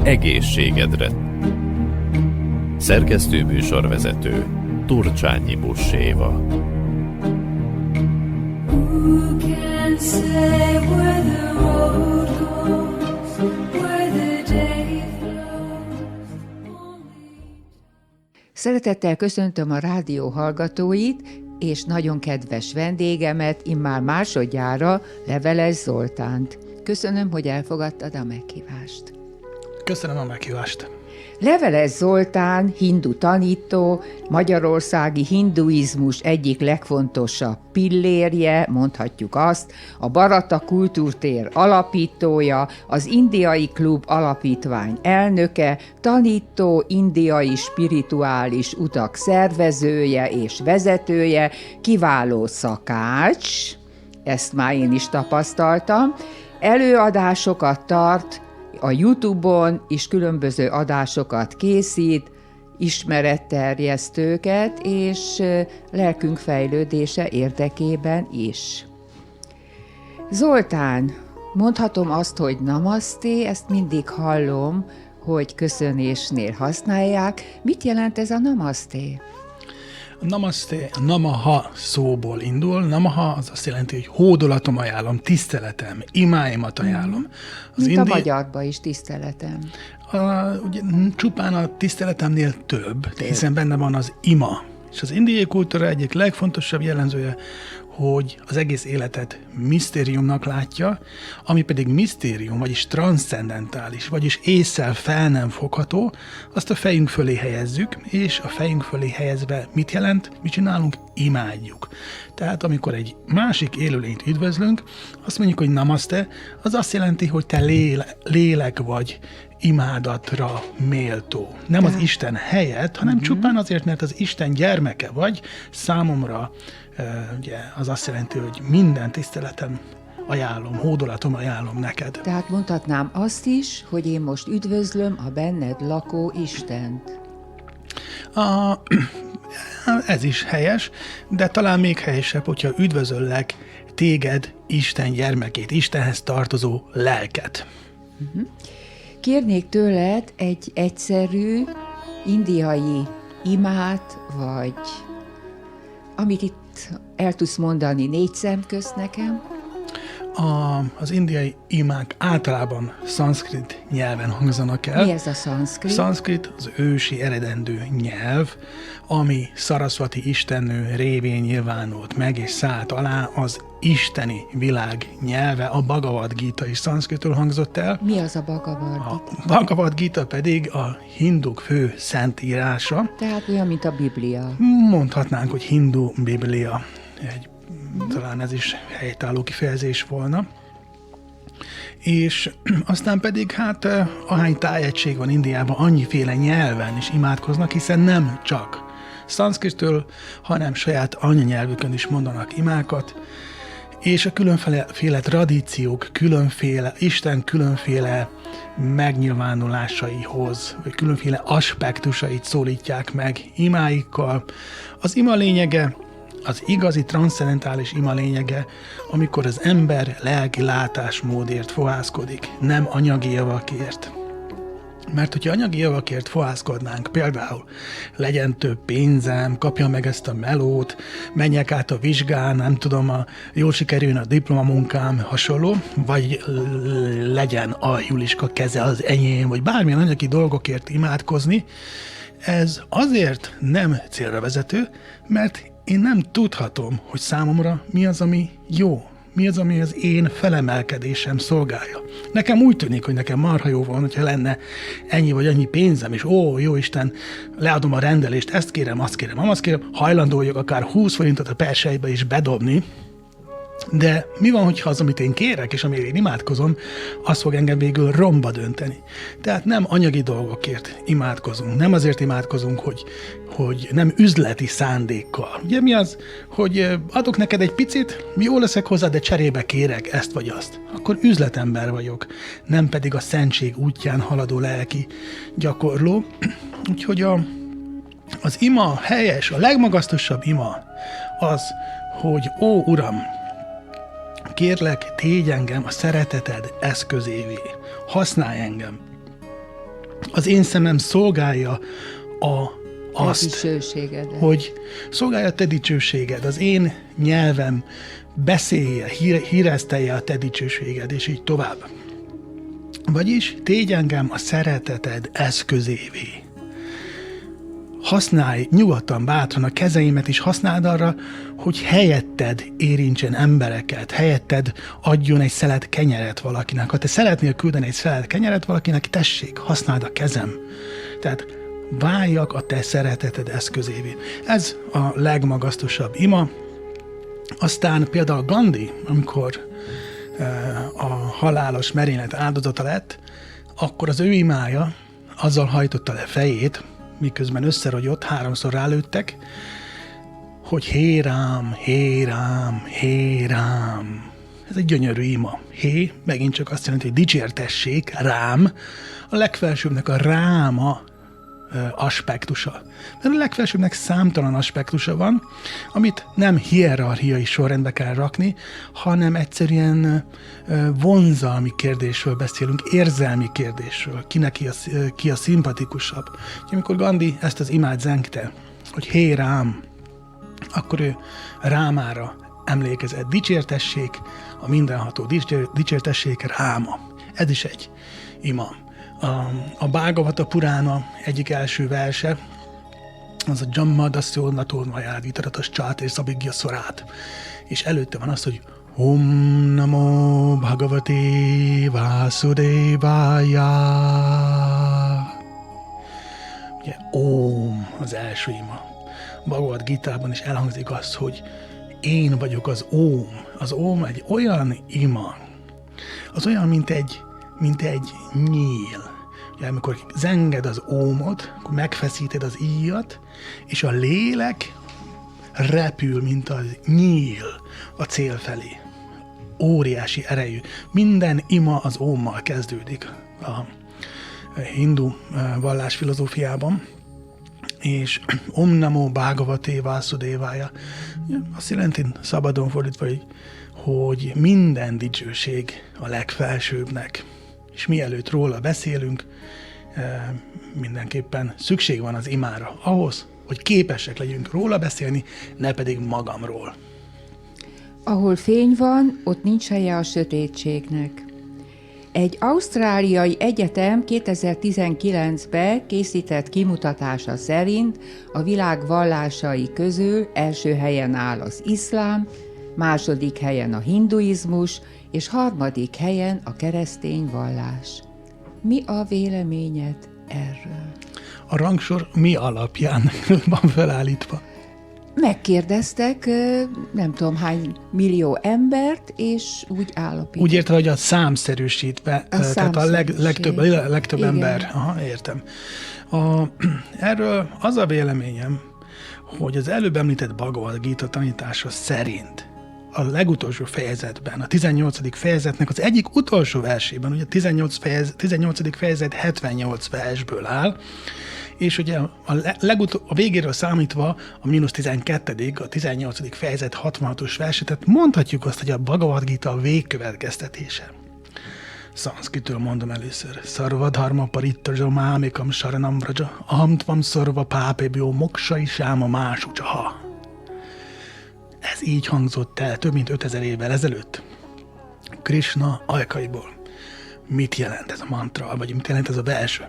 egészségedre. Szerkesztő műsorvezető Turcsányi Buss-Éva. Who can say where the road goes, where the day flows? Szeretettel köszöntöm a rádió hallgatóit, és nagyon kedves vendégemet, immár másodjára, Leveles Zoltánt. Köszönöm, hogy elfogadtad a meghívást. Köszönöm a meghívást. Leveles Zoltán, hindu tanító, magyarországi hinduizmus egyik legfontosabb pillérje, mondhatjuk azt, a Bharata Kultúrtér alapítója, az Indiai Klub Alapítvány elnöke, tanító, indiai spirituális utak szervezője és vezetője, kiváló szakács, ezt már én is tapasztaltam, előadásokat tart, a YouTube-on is különböző adásokat készít, ismeretterjesztőket, és lelkünk fejlődése érdekében is. Zoltán, mondhatom azt, hogy namaszté, ezt mindig hallom, hogy köszönésnél használják. Mit jelent ez a namaszté? A namaste, a namaha szóból indul. Namaha az azt jelenti, hogy hódolatom ajánlom, tiszteletem, imáimat ajánlom. Mint a magyarban is tiszteletem. Ugye, csupán a tiszteletemnél több, hiszen benne van az ima. És az indiai kultúra egyik legfontosabb jellemzője, hogy az egész életet misztériumnak látja, ami pedig misztérium, vagyis transzcendentális, vagyis ésszel fel nem fogható, azt a fejünk fölé helyezzük, és a fejünk fölé helyezve mit jelent? Mit csinálunk? Imádjuk. Tehát amikor egy másik élőlényt üdvözlünk, azt mondjuk, hogy namaste, az azt jelenti, hogy te lélek vagy, imádatra méltó. Nem az Isten helyett, hanem csupán azért, mert az Isten gyermeke vagy, számomra ugye, az azt jelenti, hogy minden tiszteletem ajánlom, hódolatom ajánlom neked. Tehát mondhatnám azt is, hogy én most üdvözlöm a benned lakó Istent. Ez is helyes, de talán még helyesebb, hogyha üdvözöllek téged, Isten gyermekét, Istenhez tartozó lelket. Kérnék tőled egy egyszerű indiai imát, vagy amit itt el tudsz mondani 4 szem közt nekem? Az indiai imák általában szanszkrit nyelven hangzanak el. Mi ez a szanszkrit? Szanszkrit az ősi eredendő nyelv, ami Szaraszvati istennő révén nyilvánult meg és szállt alá az isteni világ nyelve, a Bhagavad Gita is szanszkritül hangzott el. Mi az a Bhagavad Gita? A Bhagavad Gita pedig a hinduk fő szentírása. Tehát olyan, mint a Biblia. Mondhatnánk, hogy hindu Biblia. Talán ez is helytálló kifejezés volna. És aztán pedig hát ahány tájegység van Indiában, annyiféle nyelven is imádkoznak, hiszen nem csak szanszkritől, hanem saját anyanyelvükön is mondanak imákat, és a különféle tradíciók, Isten különféle megnyilvánulásaihoz, vagy különféle aspektusait szólítják meg imáikkal. Az ima lényege, az igazi transzcendentális ima lényege, amikor az ember lelki látásmódért fohászkodik, nem anyagi javakért. Mert hogyha anyagi javakért fohászkodnánk, például legyen több pénzem, kapja meg ezt a melót, menjek át a vizsgán, nem tudom, jól sikerüljön a diplomamunkám, hasonló, vagy legyen a Juliska keze az enyém, vagy bármilyen anyagi dolgokért imádkozni, ez azért nem célra vezető, mert én nem tudhatom, hogy számomra mi az, ami jó, mi az, ami az én felemelkedésem szolgálja. Nekem úgy tűnik, hogy nekem marha jó van, hogyha lenne ennyi vagy annyi pénzem, és jó Isten, leadom a rendelést, ezt kérem, azt kérem, azt kérem, hajlandó vagyok akár 20 forintot a persejbe is bedobni, de mi van, hogyha az, amit én kérek, és amire én imádkozom, az fog engem végül romba dönteni. Tehát nem anyagi dolgokért imádkozunk, nem azért imádkozunk, hogy nem üzleti szándékkal. Ugye mi az, hogy adok neked egy picit, jó leszek hozzá, de cserébe kérek ezt vagy azt. Akkor üzletember vagyok, nem pedig a szentség útján haladó lelki gyakorló. Úgyhogy az ima helyes, a legmagasztosabb ima az, hogy ó Uram, kérlek, tégy engem a szereteted eszközévé. Használj engem Az én szemem szolgálja azt, dicsőségedet. hogy szolgálja a te dicsőséged, az én nyelvem beszélje, híreztelje a te dicsőséged, és így tovább. Vagyis tégy engem a szereteted eszközévé. Használj nyugodtan, bátran a kezeimet is használd arra, hogy helyetted érintsen embereket, helyetted adjon egy szelet kenyeret valakinek. Ha te szeretnél küldeni egy szelet kenyeret valakinek, tessék, használd a kezem. Tehát váljak a te szereteted eszközévé. Ez a legmagasztosabb ima. Aztán például Gandhi, amikor a halálos merénylet áldozata lett, akkor az ő imája azzal hajtotta le fejét, miközben összerogyott, 3-szor rálőttek, hogy hé rám, hé rám, hé rám. Ez egy gyönyörű ima. Hé, megint csak azt jelenti, hogy dicsértessék, rám, a legfelsőbbnek a ráma aspektusa. Mert a legfelsőbbnek számtalan aspektusa van, amit nem hierarchiai sorrendbe kell rakni, hanem egyszerűen vonzalmi kérdésről beszélünk, érzelmi kérdésről, ki a szimpatikusabb. Amikor Gandhi ezt az imát zengte, hogy hé rám, akkor ő rámára emlékezett. Dicsértessék, a mindenható dicsértessék ráma. Ez is egy ima. A Bhagavata Purána egyik első verse, az a Jammadasya Natormajád Vitaratas Csát és Szabigya Szorát. És előtte van az, hogy Om Namo Bhagavate Vasudevaya. Ugye Om az első ima. Bhagavad Gitában is elhangzik az, hogy én vagyok az Om. Az Om egy olyan ima, az olyan, mint egy nyíl. Ugye, amikor zenged az ómot, akkor megfeszíted az íjat, és a lélek repül, mint a nyíl a cél felé. Óriási erejű. Minden ima az ómmal kezdődik a hindu vallásfilozófiában, és Om Namo Bhagavate Vasudevaya azt jelenti, szabadon fordítva, hogy minden dicsőség a legfelsőbbnek. És mielőtt róla beszélünk, mindenképpen szükség van az imára ahhoz, hogy képesek legyünk róla beszélni, ne pedig magamról. Ahol fény van, ott nincs helye a sötétségnek. Egy ausztráliai egyetem 2019-ben készített kimutatása szerint a világ vallásai közül első helyen áll az iszlám, második helyen a hinduizmus, és harmadik helyen a keresztény vallás. Mi a véleményed erről? A rangsor mi alapján van felállítva? Megkérdeztek nem tudom hány millió embert, és úgy állapítottak. Úgy értem, hogy a számszerűsítve, tehát a legtöbb ember. Aha, értem. Erről az a véleményem, hogy az előbb említett Bhagavad Gita tanítása szerint a legutolsó fejezetben, a 18. fejezetnek az egyik utolsó versében, ugye a 18. fejezet 78 versből áll, és ugye a végéről számítva a -12. a 18. fejezet 66-os verse, tehát mondhatjuk azt, hogy a Bhagavad Gita a végkövetkeztetése. Szanszkritül mondom először. Sarva dharma parittaja mámikam saranam vraja, aham tvam szarva pápébjó moksai sáma másucsaha. Ez így hangzott el több mint 5000 évvel ezelőtt Krishna ajkaiból. Mit jelent ez a mantra, vagy mit jelent ez a verse?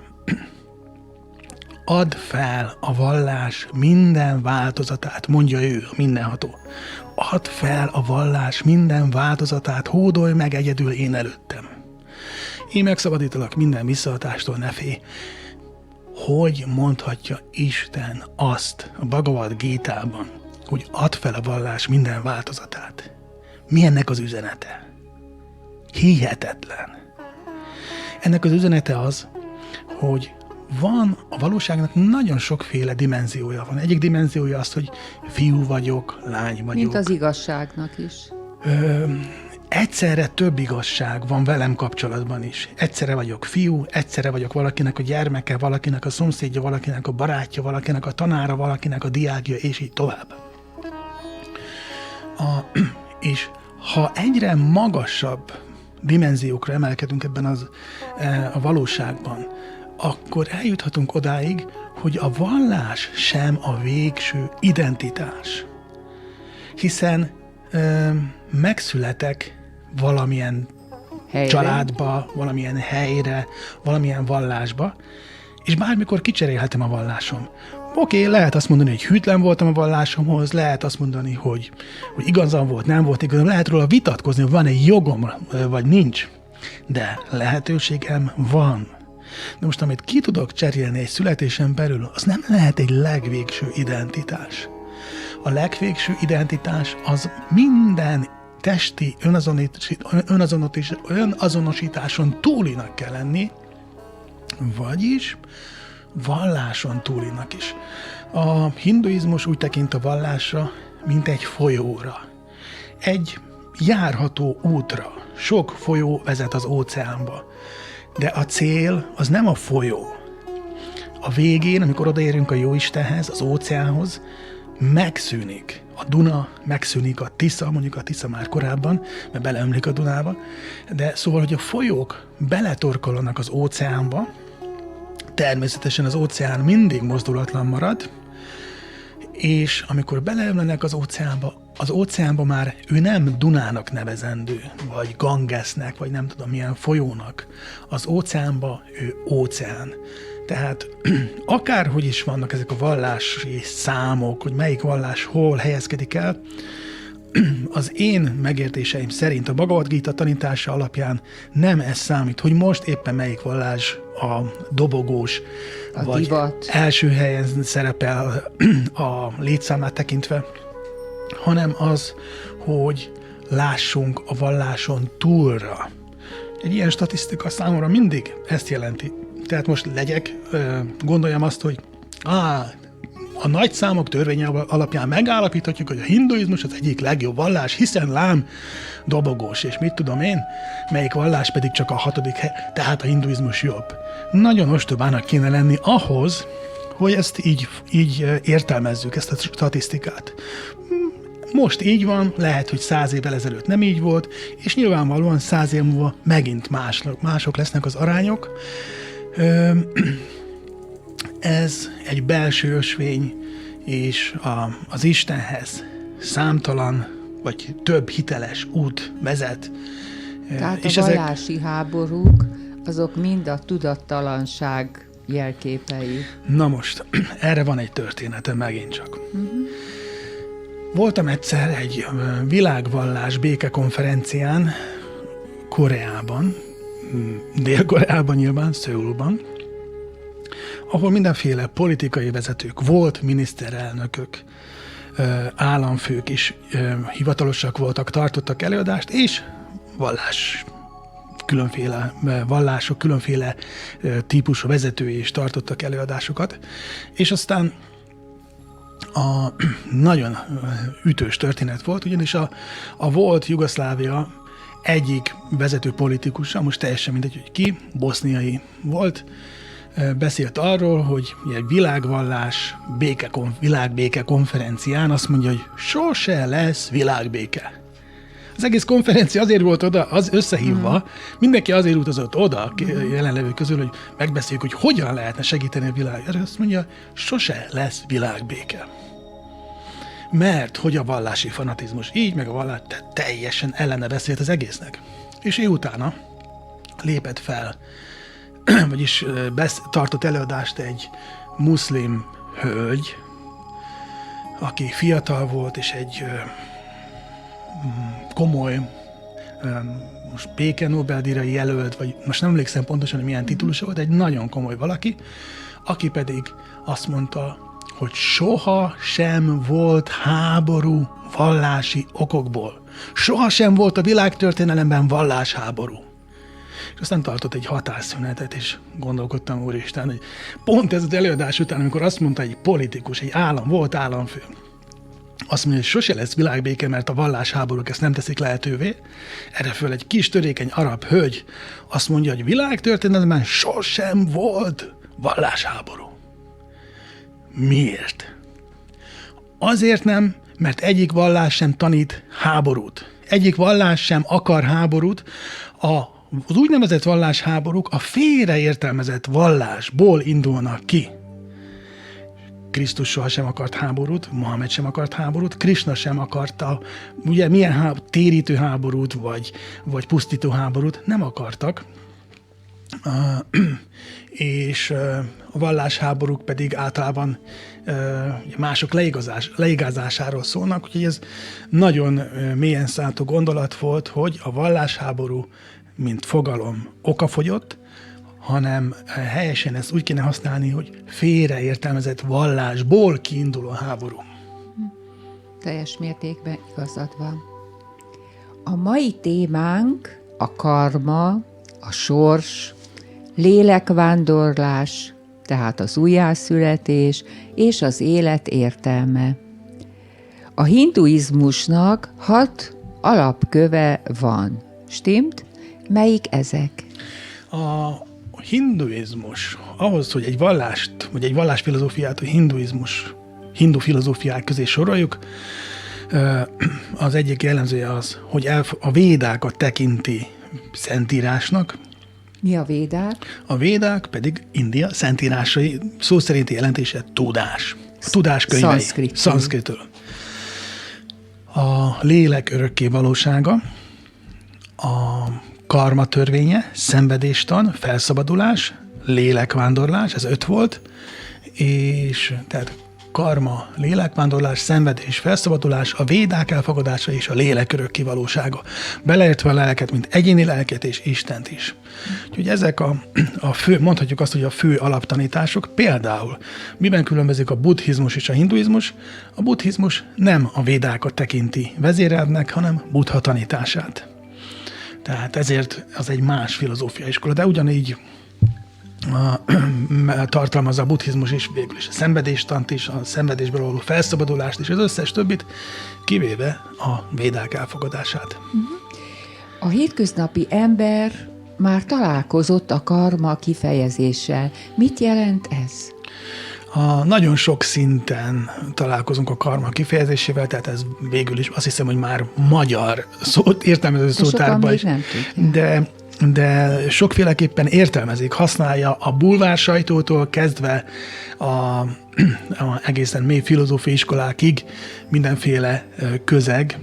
Add fel a vallás minden változatát, mondja ő, a mindenható. Add fel a vallás minden változatát, hódolj meg egyedül én előttem. Én megszabadítalak minden visszahatástól, ne félj. Hogy mondhatja Isten azt a Bhagavad Gitában, hogy add fel a vallás minden változatát? Mi ennek az üzenete? Hihetetlen. Ennek az üzenete az, hogy van a valóságnak nagyon sokféle dimenziója van. Egyik dimenziója az, hogy fiú vagyok, lány vagyok. Mint az igazságnak is. Egyszerre több igazság van velem kapcsolatban is. Egyszerre vagyok fiú, egyszerre vagyok valakinek a gyermeke, valakinek a szomszédja, valakinek a barátja, valakinek a tanára, valakinek a diákja, és így tovább. És ha egyre magasabb dimenziókra emelkedünk ebben a valóságban, akkor eljuthatunk odáig, hogy a vallás sem a végső identitás. Hiszen megszületek valamilyen Helyre. családba, valamilyen helyre, valamilyen vallásba, és bármikor kicserélhetem a vallásom. Oké, lehet azt mondani, hogy hűtlen voltam a vallásomhoz, lehet azt mondani, hogy igazam volt, nem volt igazam, lehet róla vitatkozni, hogy van-e jogom, vagy nincs. De lehetőségem van. De most, amit ki tudok cserélni egy születésen belül, az nem lehet egy legvégső identitás. A legvégső identitás az minden testi önazonosításon túlinak kell lenni, vagyis valláson túlinak is. A hinduizmus úgy tekint a vallásra, mint egy folyóra. Egy járható útra. Sok folyó vezet az óceánba. De a cél az nem a folyó. A végén, amikor odaérünk a Jóistenhez, az óceánhoz, megszűnik a Duna, megszűnik a Tisza, mondjuk a Tisza már korábban, mert beleömlik a Dunába, de szóval, hogy a folyók beletorkolnak az óceánba, természetesen az óceán mindig mozdulatlan marad, és amikor beleömlenek az óceánba már ő nem Dunának nevezendő, vagy Gangesznek, vagy nem tudom milyen folyónak. Az óceánba ő óceán. Tehát akárhogy is vannak ezek a vallási számok, hogy melyik vallás hol helyezkedik el, az én megértéseim szerint a Bhagavad Gita tanítása alapján nem ez számít, hogy most éppen melyik vallás a dobogós, A vagy divat. első helyen szerepel a létszámát tekintve, hanem az, hogy lássunk a valláson túlra. Egy ilyen statisztika számomra mindig ezt jelenti. Tehát most gondoljam azt, hogy a nagy számok törvénye alapján megállapíthatjuk, hogy a hinduizmus az egyik legjobb vallás, hiszen lám dobogós, és mit tudom én, melyik vallás pedig csak a 6. hely, tehát a hinduizmus jobb. Nagyon ostobának kéne lenni ahhoz, hogy ezt így értelmezzük, ezt a statisztikát. Most így van, lehet, hogy 100 évvel ezelőtt nem így volt, és nyilvánvalóan 100 év múlva megint mások lesznek az arányok. Ez egy belső ösvény, és az Istenhez számtalan, vagy több hiteles út vezet. Tehát és a vallási háborúk, azok mind a tudattalanság jelképei. Na most, erre van egy történetem megint csak. Voltam egyszer egy világvallás békekonferencián Koreában, Dél-Koreában nyilván, Szöulban, ahol mindenféle politikai vezetők, volt miniszterelnökök, államfők is hivatalosak voltak, tartottak előadást, és különféle vallások, különféle típusú vezetői is tartottak előadásokat, és aztán nagyon ütős történet volt, ugyanis a volt Jugoszlávia egyik vezető politikusa, most teljesen mindegy, hogy ki, boszniai volt, beszélt arról, hogy egy világvallás világbéke konferencián azt mondja, hogy sose lesz világbéke. Az egész konferencia azért volt oda, az összehívva, mindenki azért utazott oda jelenlevők közül, hogy megbeszéljük, hogy hogyan lehetne segíteni a világ. Azt mondja, sose lesz világbéke. Mert hogy a vallási fanatizmus így, meg a vallás teljesen ellene beszélt az egésznek. És ő utána lépett fel, vagyis tartott előadást egy muszlim hölgy, aki fiatal volt, és egy komoly, most béke Nobel-díjra jelölt, vagy most nem emlékszem pontosan, hogy milyen titulusa volt, egy nagyon komoly valaki, aki pedig azt mondta, hogy soha sem volt háború vallási okokból. Soha sem volt a világtörténelemben vallásháború. És aztán tartott egy határszünetet, és gondolkodtam, úristen, hogy pont ez az előadás után, amikor azt mondta egy politikus, egy volt államfő, azt mondja, hogy sose lesz világbéke, mert a vallásháborúk ezt nem teszik lehetővé. Erre föl egy kis törékeny arab hölgy azt mondja, hogy világtörténelemben sosem volt vallásháború. Miért? Azért nem, mert egyik vallás sem tanít háborút. Egyik vallás sem akar háborút. A az úgynevezett vallásháborúk a félreértelmezett vallásból indulnak ki. Krisztus soha sem akart háborút, Mohamed sem akart háborút, Krisna sem akarta, ugye milyen térítő háborút, vagy pusztító háborút nem akartak, és a vallásháborúk pedig általában mások leigázásáról szólnak, úgyhogy ez nagyon mélyen szálltó gondolat volt, hogy a vallásháború, mint fogalom okafogyott, hanem helyesen ezt úgy kéne használni, hogy félreértelmezett vallásból kiinduló háború. Teljes mértékben igazad van. A mai témánk a karma, a sors, lélekvándorlás, tehát az újjászületés és az élet értelme. A hinduizmusnak 6 alapköve van. Stimmt? Melyik ezek? A hinduizmus, ahhoz, hogy egy vallást, vagy egy vallásfilozófiát a hindu filozófiák közé soroljuk, az egyik jellemzője az, hogy a védákat tekinti szentírásnak. Mi a védák? A védák pedig India szentírásai, szó szerinti jelentése tudás. A tudás könyvei. Szanszkritől. A lélek örökké valósága, a karma törvénye, szenvedéstan, felszabadulás, lélekvándorlás, ez 5 volt, és tehát karma, lélekvándorlás, szenvedés, felszabadulás, a védák elfogadása és a lélek örökké valósága. Beleértve a lelket, mint egyéni lelket és Istent is. Úgyhogy ezek a fő, mondhatjuk azt, hogy a fő alaptanítások. Például miben különbözik a buddhizmus és a hinduizmus? A buddhizmus nem a védákat tekinti vezérelvnek, hanem Buddha tanítását. Tehát ezért az egy más filozófiai iskola, de ugyanígy tartalmazza a buddhizmus is végül is a szenvedéstant is, a szenvedésből való felszabadulást és az összes többit, kivéve a védák elfogadását. A hétköznapi ember már találkozott a karma kifejezéssel. Mit jelent ez? Nagyon sok szinten találkozunk a karma kifejezésével, tehát ez végül is azt hiszem, hogy már magyar értelmező szótárban is. De sokféleképpen értelmezik, használja a bulvár sajtótól kezdve a egészen mély filozófiai iskolákig mindenféle közeg.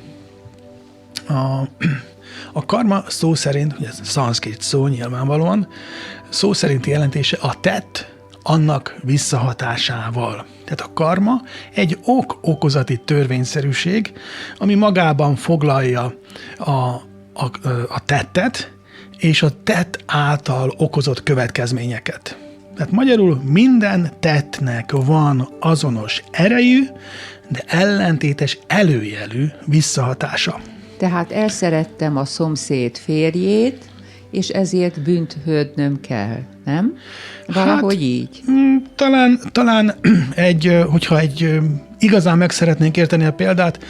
A karma szó szerint, ugye ez szanszkrit szó nyilvánvalóan, szó szerinti jelentése a tett annak visszahatásával. Tehát a karma egy okozati törvényszerűség, ami magában foglalja a tettet, és a tett által okozott következményeket. Tehát magyarul minden tettnek van azonos erejű, de ellentétes előjelű visszahatása. Tehát elszerettem a szomszéd férjét, és ezért bünthődnöm kell, nem? Valahogy így. Talán hogyha igazán meg szeretnénk érteni a példát,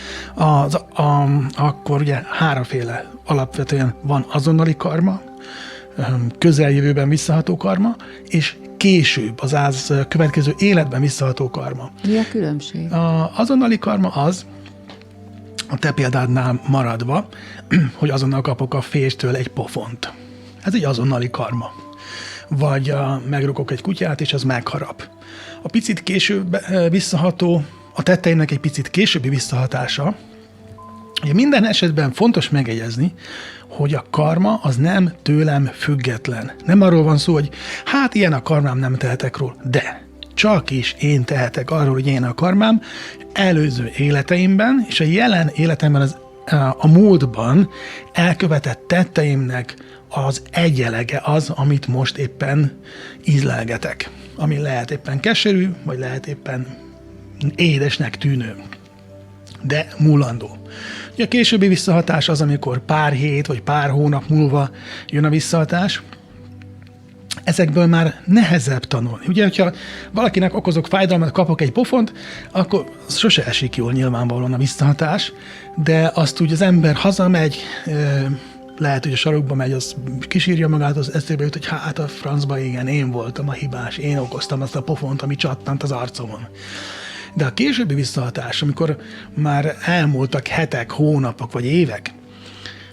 akkor ugye 3 alapvetően van azonnali karma, közeljövőben visszaható karma, és később, az következő életben visszaható karma. Mi a különbség? Az azonnali karma az, a te példádnál maradva, hogy azonnal kapok a férjtől egy pofont. Ez egy azonnali karma. Vagy megrukok egy kutyát, és az megharap. A picit később visszaható, a tetteimnek egy picit későbbi visszahatása. Ugye minden esetben fontos megjegyezni, hogy a karma az nem tőlem független. Nem arról van szó, hogy hát ilyen a karmám, nem tehetek róla. De csak is én tehetek arról, hogy ilyen a karmám előző életeimben, és a jelen életemben a múltban elkövetett tetteimnek az egyenlege az, amit most éppen ízlelgetek. Ami lehet éppen keserű, vagy lehet éppen édesnek tűnő. De múlandó. Ugye a későbbi visszahatás az, amikor pár hét, vagy pár hónap múlva jön a visszahatás. Ezekből már nehezebb tanulni. Ugye, hogyha valakinek okozok fájdalmat, kapok egy pofont, akkor sose esik jól nyilvánvalóan a visszahatás, de azt úgy az ember hazamegy, lehet, hogy a sarokba megy, az kisírja magát, az eszébe jut, hogy hát a francba, igen, én voltam a hibás, én okoztam azt a pofont, ami csattant az arcomon. De a későbbi visszahatás, amikor már elmúltak hetek, hónapok vagy évek,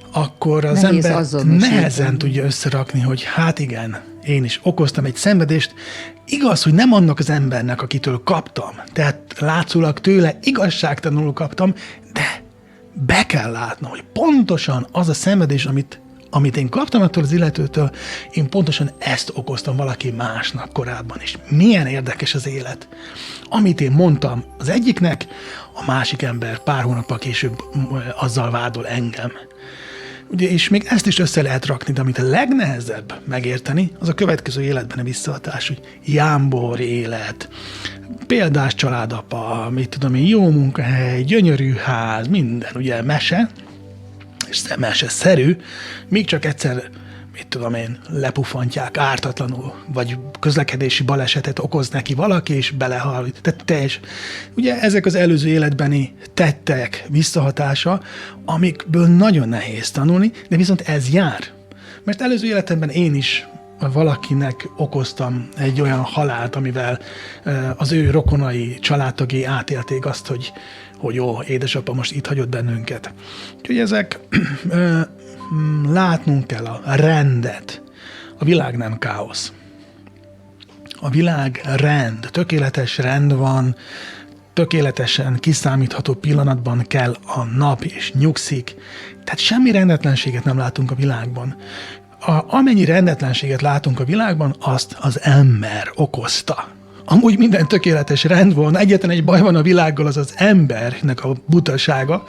akkor az Nehéz ember azonosítani. nehezen tudja összerakni, hogy hát igen, én is okoztam egy szenvedést. Igaz, hogy nem annak az embernek, akitől kaptam, tehát látszólag tőle igazságtalanul kaptam, de be kell látnom, hogy pontosan az a szenvedés, amit én kaptam attól az illetőtől, én pontosan ezt okoztam valaki másnak korábban is. Milyen érdekes az élet. Amit én mondtam az egyiknek, a másik ember pár hónappal később azzal vádol engem. Ugye, és még ezt is össze lehet rakni, de amit a legnehezebb megérteni, az a következő életben a visszahatás, hogy jámbor élet, példás családapa, mit tudom én, jó munkahely, gyönyörű ház, minden, ugye mese, és mese-szerű, még csak egyszer, mit tudom én, lepufantják ártatlanul, vagy közlekedési balesetet okoz neki valaki, és belehal. Tehát teljes. Ugye ezek az előző életbeni tettek visszahatása, amikből nagyon nehéz tanulni, de viszont ez jár. Mert előző életemben én is valakinek okoztam egy olyan halált, amivel az ő rokonai, családtagjai átélték azt, hogy jó, édesapa most itt hagyott bennünket. Úgyhogy ezek, látnunk kell a rendet. A világ nem káosz. A világ rend, tökéletes rend van, tökéletesen kiszámítható pillanatban kell a nap, és nyugszik. Tehát semmi rendetlenséget nem látunk a világban. Amennyi rendetlenséget látunk a világban, azt az ember okozta. Amúgy minden tökéletes rend volna, egyetlen egy baj van a világgal, az az embernek a butasága,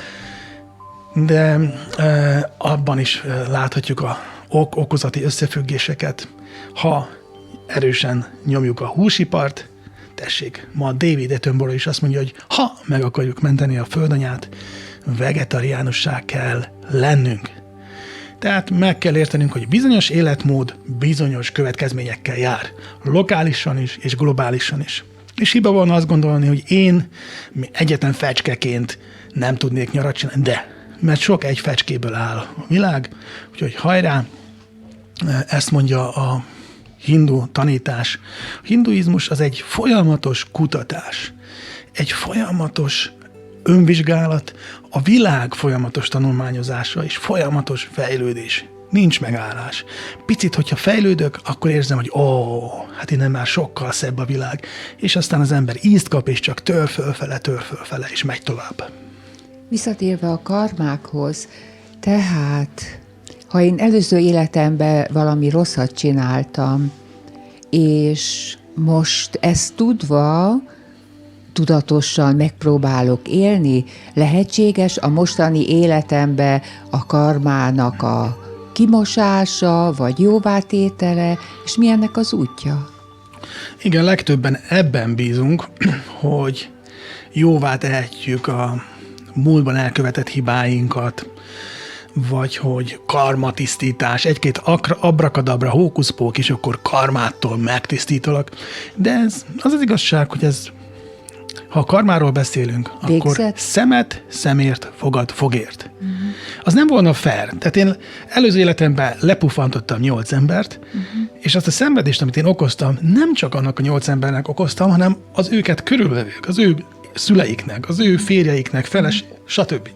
de abban is láthatjuk a okozati összefüggéseket. Ha erősen nyomjuk a húsipart, tessék, ma David Attenborough is azt mondja, hogy ha meg akarjuk menteni a földanyát, vegetariánussá kell lennünk. Tehát meg kell értenünk, hogy bizonyos életmód bizonyos következményekkel jár. Lokálisan is, és globálisan is. És hiba van azt gondolni, hogy én egyetlen fecskeként nem tudnék nyarat csinálni, de mert sok egy fecskéből áll a világ, úgyhogy hajrá, ezt mondja a hindu tanítás. A hinduizmus az egy folyamatos kutatás, egy folyamatos önvizsgálat, a világ folyamatos tanulmányozása és folyamatos fejlődés. Nincs megállás. Picit, hogyha fejlődök, akkor érzem, hogy hát innen már sokkal szebb a világ. És aztán az ember ízt kap, és csak tör fölfele, és megy tovább. Visszatérve a karmákhoz, tehát ha én előző életemben valami rosszat csináltam, és most ezt tudva, tudatosan megpróbálok élni, lehetséges a mostani életemben a karmának a kimosása, vagy jóvátétele, és mi ennek az útja? Igen, legtöbben ebben bízunk, hogy jóvá tehetjük a múltban elkövetett hibáinkat, vagy hogy karmatisztítás, egy-két abrakadabra, hókuszpók, és akkor karmától megtisztítalak. De ez az igazság, hogy ez, ha a karmáról beszélünk, akkor szemet szemért, fogad fogért. Az nem volna fair. Tehát én előző életemben lepufantottam 8 embert, és azt a szenvedést, amit én okoztam, nem csak annak a 8 embernek okoztam, hanem az őket körülvevők, az ő szüleiknek, az ő férjeiknek, feles, stb.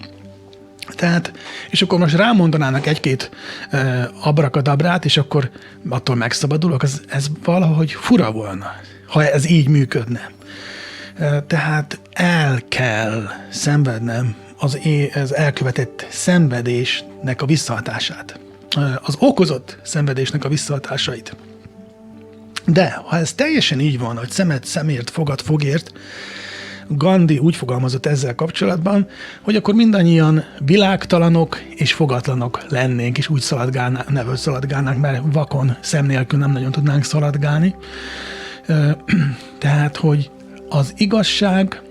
Tehát, és akkor most rámondanának egy-két abrakadabrát, és akkor attól megszabadulok, ez valahogy fura volna, ha ez így működne. Tehát el kell szenvednem az elkövetett szenvedésnek a visszahatását, az okozott szenvedésnek a visszahatásait. De ha ez teljesen így van, hogy szemet szemért, fogad fogért, Gandhi úgy fogalmazott ezzel kapcsolatban, hogy akkor mindannyian világtalanok és fogatlanok lennénk, és úgy szaladgálnánk, mert vakon, szem nélkül nem nagyon tudnánk szaladgálni. Tehát, hogy az igazság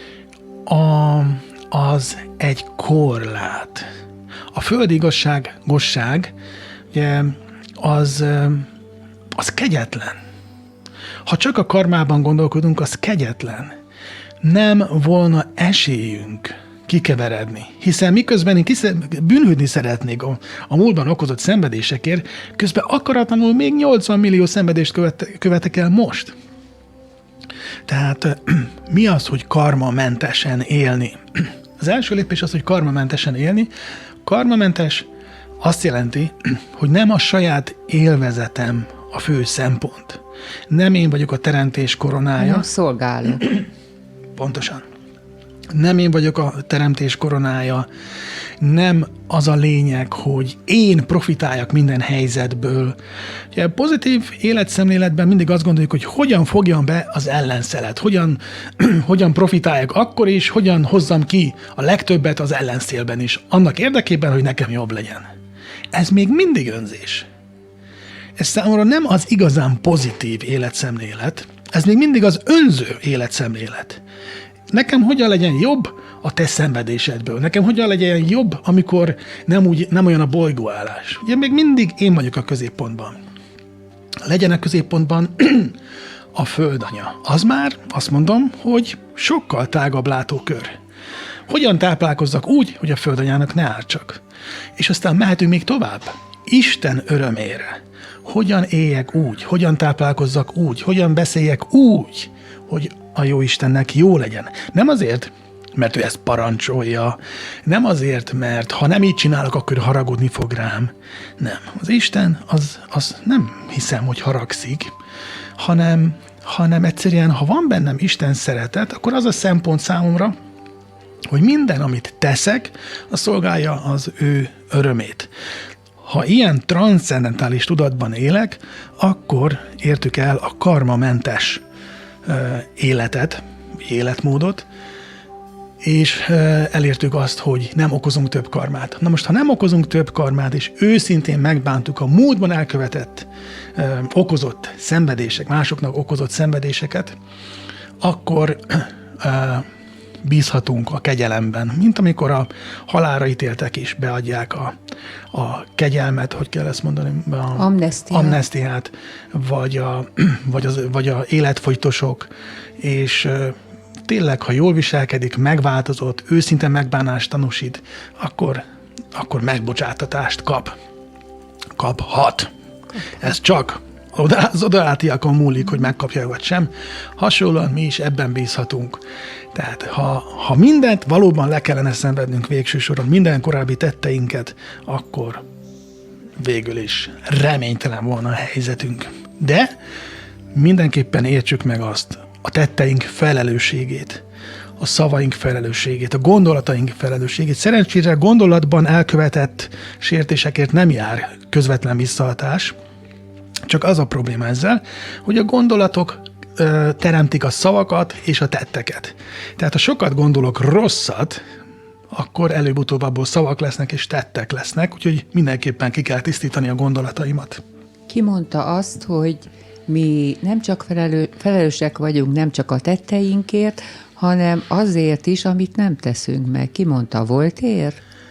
az egy korlát. A földi igazságosság ugye, az kegyetlen. Ha csak a karmában gondolkodunk, az kegyetlen. Nem volna esélyünk kikeveredni. Hiszen miközben én bűnhődni szeretnék a múltban okozott szenvedésekért, közben akaratlanul még 80 millió szenvedést követek el most. Tehát mi az, hogy karmamentesen élni? Az első lépés az, hogy karmamentesen élni, karmamentes azt jelenti, hogy nem a saját élvezetem a fő szempont. Nem én vagyok a teremtés koronája. Nem szolgáló. Pontosan. Nem én vagyok a teremtés koronája, nem az a lényeg, hogy én profitáljak minden helyzetből. Ugye pozitív életszemléletben mindig azt gondoljuk, hogy hogyan fogjam be az ellenszelet, hogyan profitáljak akkor is, hogyan hozzam ki a legtöbbet az ellenszélben is, annak érdekében, hogy nekem jobb legyen. Ez még mindig önzés. Ez számomra nem az igazán pozitív életszemlélet, ez még mindig az önző életszemlélet. Nekem hogyan legyen jobb a te szenvedésedből? Nekem hogyan legyen jobb, amikor nem olyan a bolygóállás? Ugye még mindig én vagyok a középpontban. Legyen a középpontban a földanya. Az már azt mondom, hogy sokkal tágabb látókör. Hogyan táplálkozzak úgy, hogy a földanyának ne ártsak? És aztán mehetünk még tovább. Isten örömére. Hogyan éljek úgy, hogyan táplálkozzak úgy, hogyan beszéljek úgy, hogy a jó Istennek jó legyen. Nem azért, mert ő ezt parancsolja, nem azért, mert ha nem így csinálok, akkor haragudni fog rám. Nem. Az Isten, az nem hiszem, hogy haragszik, hanem egyszerűen, ha van bennem Isten szeretet, akkor az a szempont számomra, hogy minden, amit teszek, az szolgálja az ő örömét. Ha ilyen transzcendentális tudatban élek, akkor értük el a karmamentes életmódot, és elértük azt, hogy nem okozunk több karmát. Na most, ha nem okozunk több karmát, és őszintén megbántuk a múltban elkövetett, okozott szenvedések, másoknak okozott szenvedéseket, akkor bízhatunk a kegyelemben, mint amikor a halálra ítéltek is beadják a kegyelmet, hogy kell ezt mondani? Amnesztiát, vagy a életfogytosok, és tényleg, ha jól viselkedik, megváltozott, őszinte megbánást tanúsít, akkor megbocsátatást kaphat. Ez csak az odaátiakon múlik, hogy megkapja vagy sem. Hasonlóan mi is ebben bízhatunk. Tehát ha mindent valóban le kellene szenvednünk végső soron, minden korábbi tetteinket, akkor végül is reménytelen volna a helyzetünk. De mindenképpen értsük meg azt, a tetteink felelősségét, a szavaink felelősségét, a gondolataink felelősségét. Szerencsére gondolatban elkövetett sértésekért nem jár közvetlen visszahatás, csak az a probléma ezzel, hogy a gondolatok teremtik a szavakat és a tetteket. Tehát ha sokat gondolok rosszat, akkor előbb-utóbb abból szavak lesznek és tettek lesznek, úgyhogy mindenképpen ki kell tisztítani a gondolataimat. Ki mondta azt, hogy mi nem csak felelősek vagyunk nem csak a tetteinkért, hanem azért is, amit nem teszünk meg. Ki mondta, Voltaire?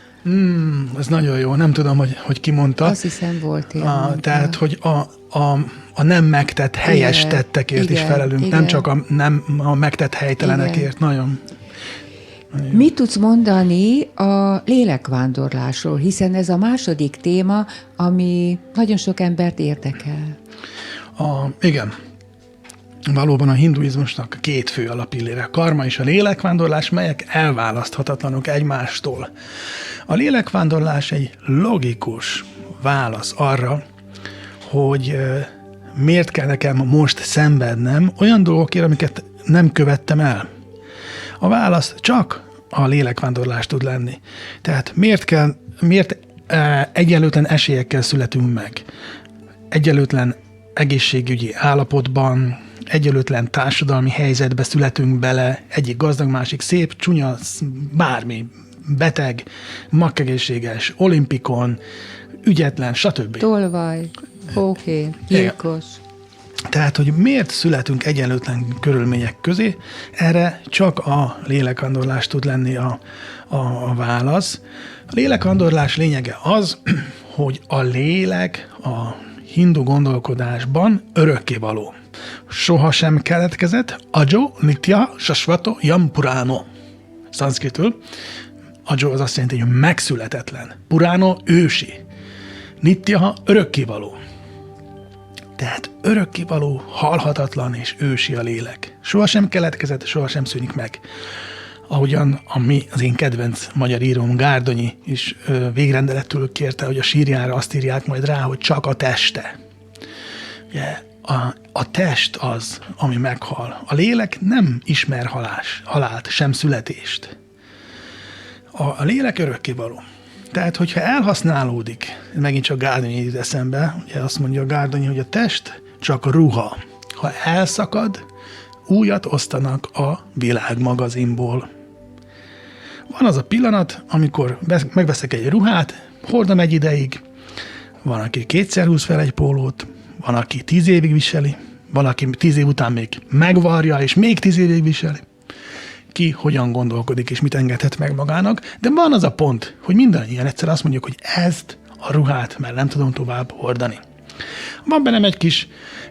Ez nagyon jó, nem tudom, hogy ki mondta. Azt hiszem, Voltaire. Tehát, hogy a nem megtett helyes tettekért is felelünk, nem csak a megtett helytelenekért. Nagyon. Mit tudsz mondani a lélekvándorlásról, hiszen ez a második téma, ami nagyon sok embert érdekel. Igen. Valóban a hinduizmusnak két fő alapillére, a karma és a lélekvándorlás, melyek elválaszthatatlanok egymástól. A lélekvándorlás egy logikus válasz arra, hogy miért kell nekem most szenvednem olyan dolgokért, amiket nem követtem el. A válasz csak a lélekvándorlás tud lenni. Tehát miért egyenlőtlen esélyekkel születünk meg? Egyenlőtlen egészségügyi állapotban, egyenlőtlen társadalmi helyzetbe születünk bele, egyik gazdag, másik szép, csúnya, bármi, beteg, makkegészséges, olimpikon, ügyetlen, stb. Tolvaj, oké, gyilkos. Tehát, hogy miért születünk egyenlőtlen körülmények közé, erre csak a lélekvándorlás tud lenni a válasz. A lélekvándorlás lényege az, hogy a lélek a hindu gondolkodásban örökkévaló. Soha sem keletkezett, ajo, nitya, sasvato, yam purano. Szanszkritül. Ajo az azt jelenti, hogy megszületetlen. Purano ősi. Nitya örökkévaló. Tehát örökkévaló, halhatatlan és ősi a lélek. Soha sem keletkezett, soha sem szűnik meg. ahogyan az én kedvenc magyar íróm Gárdonyi is végrendelettől kérte, hogy a sírjára azt írják majd rá, hogy csak a teste. Ugye, a test az, ami meghal. A lélek nem ismer halált, sem születést. A lélek örökkévaló. Tehát, hogyha elhasználódik, megint csak Gárdonyi jut eszembe, ugye azt mondja a Gárdonyi, hogy a test csak ruha. Ha elszakad, újat osztanak a világmagazinból. Van az a pillanat, amikor megveszek egy ruhát, hordom egy ideig, van, aki 2-szer húz fel egy pólót, van, aki 10 évig viseli, van, aki 10 év után még megvarja, és még 10 évig viseli. Ki hogyan gondolkodik, és mit engedhet meg magának, de van az a pont, hogy mindannyian egyszer azt mondjuk, hogy ezt a ruhát már nem tudom tovább hordani. Van bennem egy kis,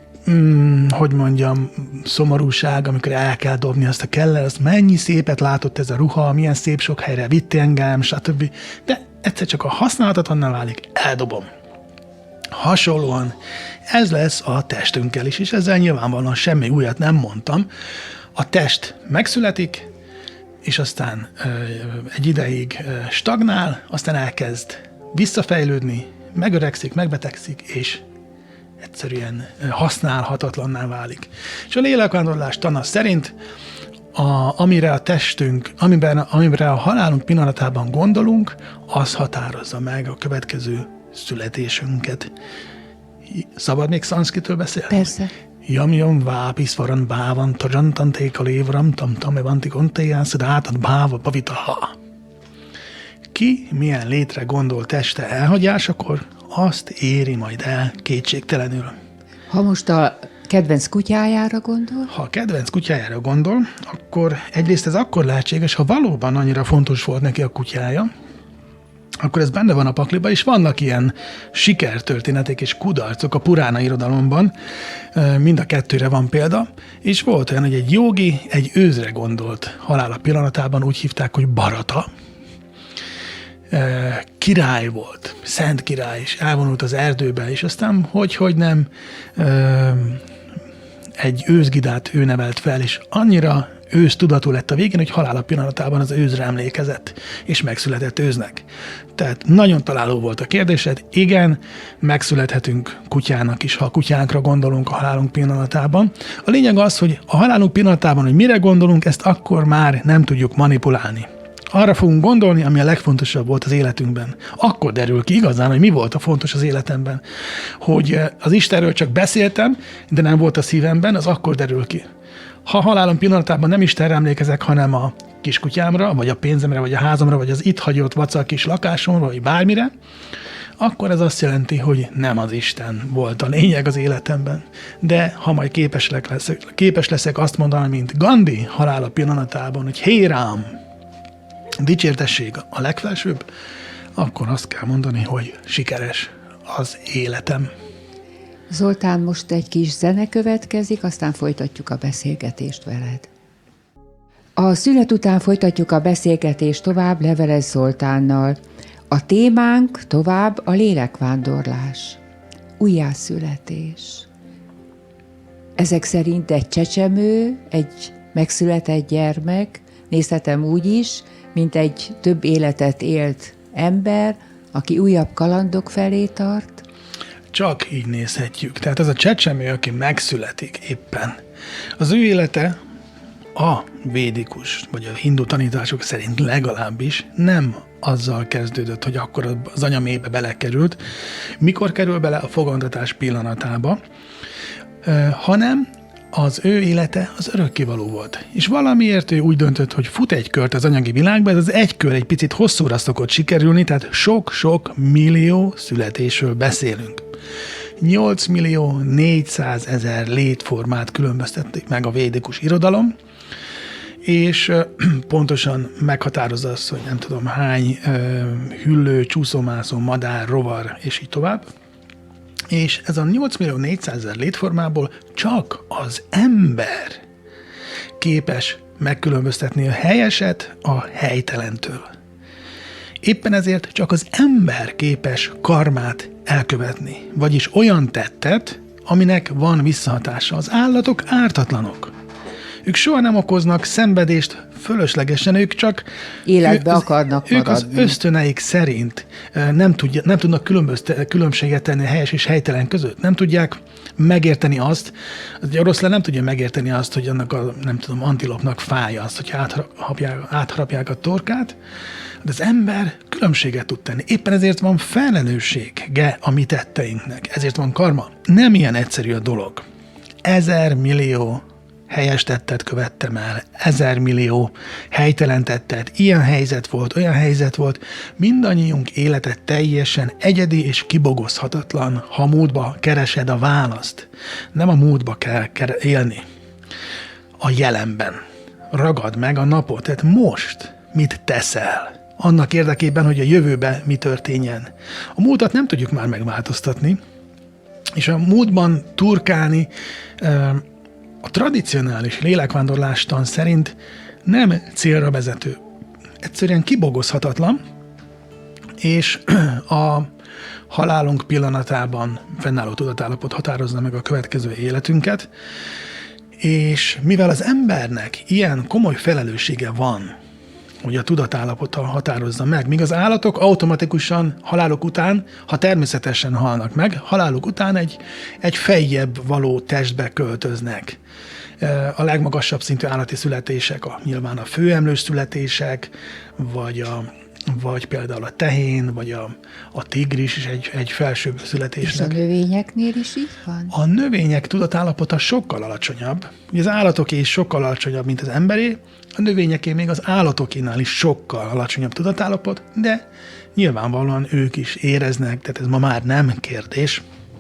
szomorúság, amikor el kell dobni azt a keller, azt mennyi szépet látott ez a ruha, milyen szép sok helyre vitt engem, stb. De egyszer csak a használhatatlanná válik, eldobom. Hasonlóan ez lesz a testünkkel is, és ezzel nyilvánvalóan semmi újat nem mondtam. A test megszületik, és aztán egy ideig stagnál, aztán elkezd visszafejlődni, megöregszik, megbetegszik, és egyszerűen használhatatlanná válik. És a lélekvándorlás tana szerint, amire a testünk, amire a halálunk pillanatában gondolunk, az határozza meg a következő születésünket. Szabad még szanszkritől beszélni? Persze. Yam vápiszvaran bávan tajantanték a lévram tam evanti kontéján szedátad báva pavitaha. Ki milyen létre gondol teste elhagyásakor, azt éri majd el kétségtelenül. Ha most a kedvenc kutyájára gondol? Ha a kedvenc kutyájára gondol, akkor egyrészt ez akkor lehetséges, ha valóban annyira fontos volt neki a kutyája, akkor ez benne van a pakliba, és vannak ilyen sikertörténetek és kudarcok a purána irodalomban, mind a kettőre van példa, és volt olyan, hogy egy jógi egy őzre gondolt halála pillanatában, úgy hívták, hogy Barata. Király volt, szent király, és elvonult az erdőbe, és aztán hogy nem egy őzgidát ő nevelt fel, és annyira ősztudatú lett a végén, hogy halála pillanatában az őzre emlékezett, és megszületett őznek. Tehát nagyon találó volt a kérdésed. Igen, megszülethetünk kutyának is, ha a kutyánkra gondolunk a halálunk pillanatában. A lényeg az, hogy a halálunk pillanatában, hogy mire gondolunk, ezt akkor már nem tudjuk manipulálni. Arra fogunk gondolni, ami a legfontosabb volt az életünkben. Akkor derül ki igazán, hogy mi volt a fontos az életemben. Hogy az Istenről csak beszéltem, de nem volt a szívemben, az akkor derül ki. Ha halálom pillanatában nem Istenre emlékezek, hanem a kiskutyámra, vagy a pénzemre, vagy a házamra, vagy az itt hagyott vacak kis lakásomra, vagy bármire, akkor ez azt jelenti, hogy nem az Isten volt a lényeg az életemben. De ha majd képes leszek azt mondani, mint Gandhi halála pillanatában, hogy Hé Rám, dicsértesség a legfelsőbb, akkor azt kell mondani, hogy sikeres az életem. Zoltán, most egy kis zene következik, aztán folytatjuk a beszélgetést veled. A szület után folytatjuk a beszélgetést tovább Leveles Zoltánnal. A témánk tovább a lélekvándorlás, újjászületés. Ezek szerint egy csecsemő, egy megszületett gyermek, nézhetem úgy is, mint egy több életet élt ember, aki újabb kalandok felé tart. Csak így nézhetjük. Tehát ez a csecsemő, aki megszületik éppen, az ő élete a védikus, vagy a hindu tanítások szerint legalábbis nem azzal kezdődött, hogy akkor az anya mélybe belekerült, mikor kerül bele a fogantatás pillanatába, hanem az ő élete az örökkévaló volt. És valamiért ő úgy döntött, hogy fut egy kört az anyagi világba, ez az egy kör egy picit hosszúra szokott sikerülni, tehát sok-sok millió születésről beszélünk. 8.400.000 létformát különböztették meg a védikus irodalom, és pontosan meghatározza azt, hogy nem tudom hány hüllő, csúszómászó, madár, rovar, és így tovább. És ez a 8.400.000 létformából csak az ember képes megkülönböztetni a helyeset a helytelentől. Éppen ezért csak az ember képes karmát elkövetni, vagyis olyan tettet, aminek van visszahatása. Az állatok ártatlanok. Ők soha nem okoznak szenvedést fölöslegesen, ők csak életbe akarnak ők maradni. az ösztöneik szerint nem tudnak különbséget tenni a helyes és helytelen között. Nem tudják megérteni azt, egy oroszlán nem tudja megérteni azt, hogy annak a, nem tudom, antilopnak fáj az, hogy átharapják a torkát, de az ember különbséget tud tenni. Éppen ezért van felelőssége a mi tetteinknek. Ezért van karma. Nem ilyen egyszerű a dolog. 1000 millió helyes tettet követtem el, 1000 millió helytelen tettet, ilyen helyzet volt, olyan helyzet volt. Mindannyiunk élete teljesen egyedi és kibogozhatatlan, ha a múltba keresed a választ. Nem a múltba kell élni. A jelenben. Ragad meg a napot, tehát most mit teszel? Annak érdekében, hogy a jövőben mi történjen. A múltat nem tudjuk már megváltoztatni, és a múltban turkálni a tradicionális lélekvándorlástan szerint nem célra vezető. Egyszerűen kibogozhatatlan, és a halálunk pillanatában fennálló tudatállapot határozza meg a következő életünket, és mivel az embernek ilyen komoly felelőssége van, hogy a tudatállapota határozza meg, míg az állatok automatikusan haláluk után, ha természetesen halnak meg, haláluk után egy feljebb való testbe költöznek. A legmagasabb szintű állati születések, nyilván a főemlős születések, vagy például a tehén, vagy a tigris is egy felsőbb születésnek. És a növényeknél is így van? A növények tudatállapota sokkal alacsonyabb. Ugye az állatoké is sokkal alacsonyabb, mint az emberé, a növényeké még az állatokénál is sokkal alacsonyabb tudatállapot, de nyilvánvalóan ők is éreznek, tehát ez ma már nem kérdés.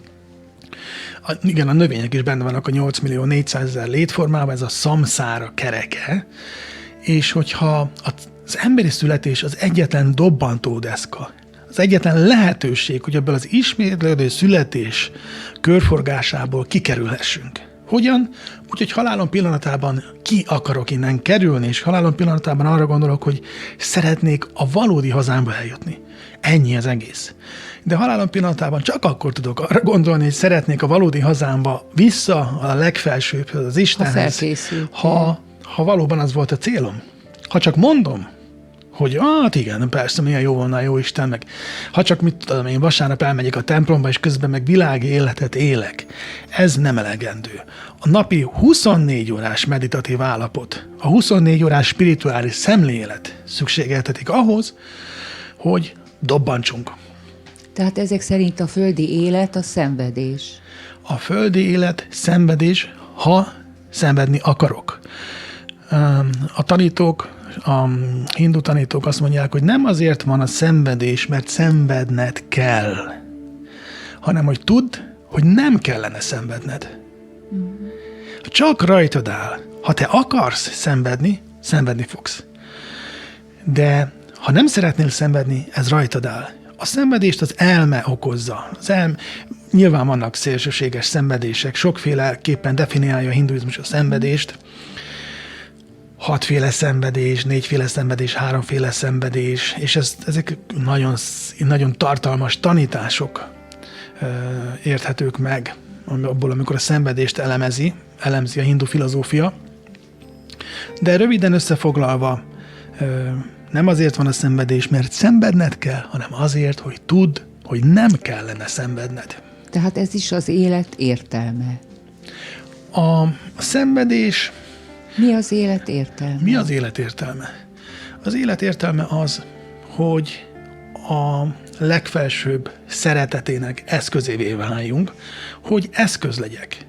Igen, a növények is benne vannak a 8.400.000 létformában, ez a szamszára kereke, és hogyha az emberi születés az egyetlen dobbantódeszka, az egyetlen lehetőség, hogy ebből az ismétlődő születés körforgásából kikerülhessünk. Hogyan? Úgyhogy halálom pillanatában ki akarok innen kerülni, és halálom pillanatában arra gondolok, hogy szeretnék a valódi hazámba eljutni. Ennyi az egész. De halálom pillanatában csak akkor tudok arra gondolni, hogy szeretnék a valódi hazámba vissza a legfelsőbbhöz, az Istenhez. Ha valóban az volt a célom. Ha csak mondom, hogy hát igen, persze, milyen jó volna, jó Isten, meg ha csak mit tudom, én vasárnap elmegyek a templomba, és közben meg világi életet élek. Ez nem elegendő. A napi 24 órás meditatív állapot, a 24 órás spirituális szemlélet szükségeltetik ahhoz, hogy dobbantsunk. Tehát ezek szerint a földi élet a szenvedés. A földi élet szenvedés, ha szenvedni akarok. A tanítók, a hindu tanítók azt mondják, hogy nem azért van a szenvedés, mert szenvedned kell, hanem hogy tudd, hogy nem kellene szenvedned. Csak rajtad áll. Ha te akarsz szenvedni, szenvedni fogsz. De ha nem szeretnél szenvedni, ez rajtad áll. A szenvedést az elme okozza. Nyilván vannak szélsőséges szenvedések, sokféleképpen definiálja a hinduizmus a szenvedést. 6 szenvedés, 4 szenvedés, 3 szenvedés, és ezek nagyon, nagyon tartalmas tanítások érthetők meg, abból, amikor a szenvedést elemzi a hindu filozófia. De röviden összefoglalva, nem azért van a szenvedés, mert szenvedned kell, hanem azért, hogy tudd, hogy nem kellene szenvedned. Tehát ez is az élet értelme. A szenvedés... Mi az élet értelme? Mi az élet értelme? Az élet értelme az, hogy a legfelsőbb szeretetének eszközévé váljunk, hogy eszköz legyek.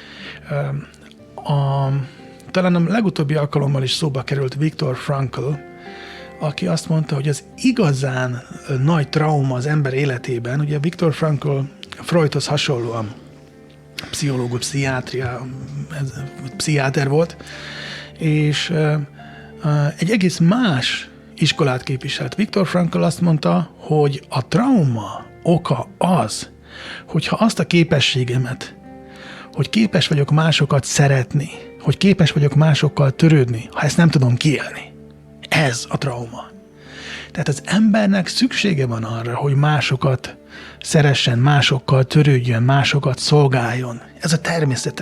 Talán a legutóbbi alkalommal is szóba került Viktor Frankl, aki azt mondta, hogy az igazán nagy trauma az ember életében, ugye Viktor Frankl Freudhoz hasonlóan pszichológus, pszichiáter volt, és egy egész más iskolát képviselt. Viktor Frankl azt mondta, hogy a trauma oka az, hogyha azt a képességemet, hogy képes vagyok másokat szeretni, hogy képes vagyok másokkal törődni, ha ezt nem tudom kiélni. Ez a trauma. Tehát az embernek szüksége van arra, hogy másokat szeressen, másokkal törődjön, másokat szolgáljon. Ez a természete.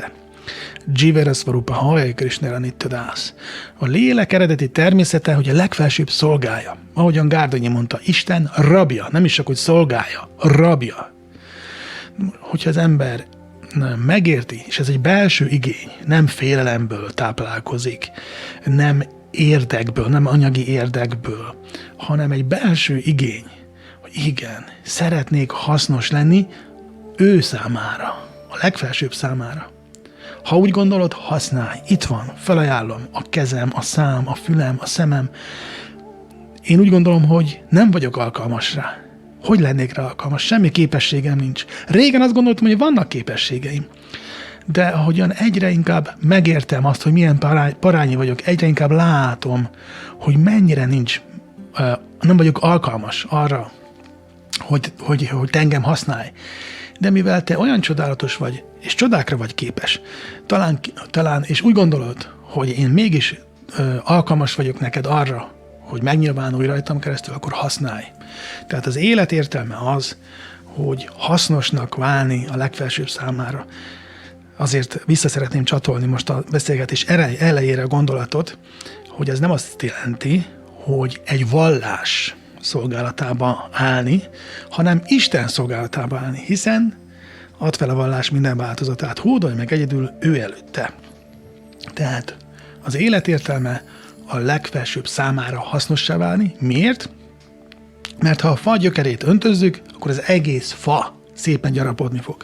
Uh-huh. Svarupa Hare Krishnara Nityadász. A lélek eredeti természete, hogy a legfelsőbb szolgálja. Ahogyan Gárdonyi mondta, Isten rabja, nem is csak, hogy szolgálja, rabja. Hogyha az ember megérti, és ez egy belső igény, nem félelemből táplálkozik, nem érdekből, nem anyagi érdekből, hanem egy belső igény, hogy igen, szeretnék hasznos lenni ő számára, a legfelsőbb számára. Ha úgy gondolod, használj, itt van, felajánlom, a kezem, a szám, a fülem, a szemem. Én úgy gondolom, hogy nem vagyok alkalmas rá. Hogy lennék rá alkalmas? Semmi képességem nincs. Régen azt gondoltam, hogy vannak képességeim. De ahogyan egyre inkább megértem azt, hogy milyen parányi vagyok, egyre inkább látom, hogy mennyire nem vagyok alkalmas arra, hogy te engem használj. De mivel te olyan csodálatos vagy, és csodákra vagy képes, talán és úgy gondolod, hogy én mégis alkalmas vagyok neked arra, hogy megnyilvánulj rajtam keresztül, akkor használj. Tehát az élet értelme az, hogy hasznosnak válni a legfelsőbb számára. Azért vissza szeretném csatolni most a beszélgetés elejére a gondolatot, hogy ez nem azt jelenti, hogy egy vallás szolgálatába állni, hanem Isten szolgálatába állni, hiszen add fel a vallás minden változatát, hódolj meg egyedül ő előtte. Tehát az élet értelme a legfelsőbb számára hasznossá válni. Miért? Mert ha a fa gyökerét öntözzük, akkor az egész fa szépen gyarapodni fog.